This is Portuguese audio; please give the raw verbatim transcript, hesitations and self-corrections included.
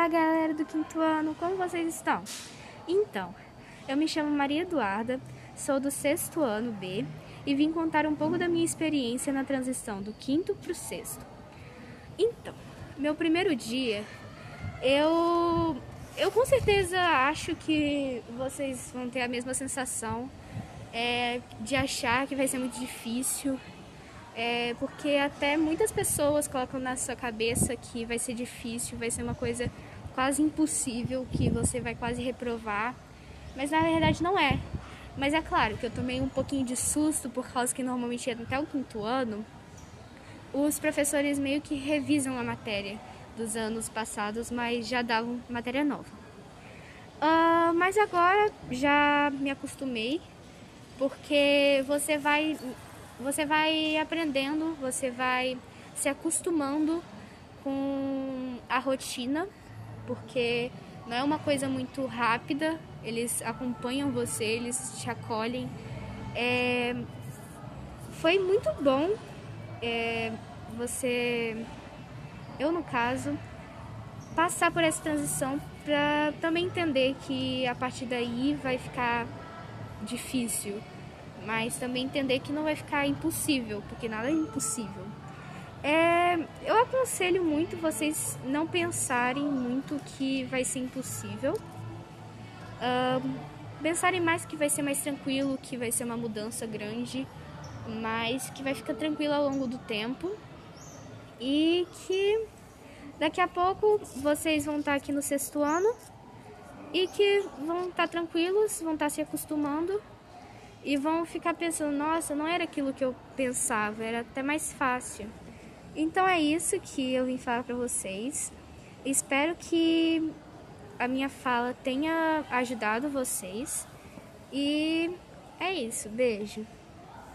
Olá, galera do quinto ano, como vocês estão? Então, eu me chamo Maria Eduarda, sou do sexto ano B e vim contar um pouco da minha experiência na transição do quinto para o sexto. Então, meu primeiro dia, eu, eu com certeza acho que vocês vão ter a mesma sensação é, de achar que vai ser muito difícil. É porque até muitas pessoas colocam na sua cabeça que vai ser difícil, vai ser uma coisa quase impossível, que você vai quase reprovar, mas na verdade não é. Mas é claro que eu tomei um pouquinho de susto, por causa que normalmente até o quinto ano, os professores meio que revisam a matéria dos anos passados, mas já davam matéria nova. Uh, mas agora já me acostumei, porque você vai... Você vai aprendendo, você vai se acostumando com a rotina, porque não é uma coisa muito rápida, eles acompanham você, eles te acolhem. É, foi muito bom é, você, eu no caso, passar por essa transição para também entender que a partir daí vai ficar difícil. Mas também entender que não vai ficar impossível, porque nada é impossível. É, eu aconselho muito vocês não pensarem muito que vai ser impossível. Uh, pensarem mais que vai ser mais tranquilo, que vai ser uma mudança grande, mas que vai ficar tranquilo ao longo do tempo. E que daqui a pouco vocês vão estar aqui no sexto ano e que vão estar tranquilos, vão estar se acostumando. E vão ficar pensando, nossa, não era aquilo que eu pensava, era até mais fácil. Então é isso que eu vim falar pra vocês. Espero que a minha fala tenha ajudado vocês. E é isso, beijo.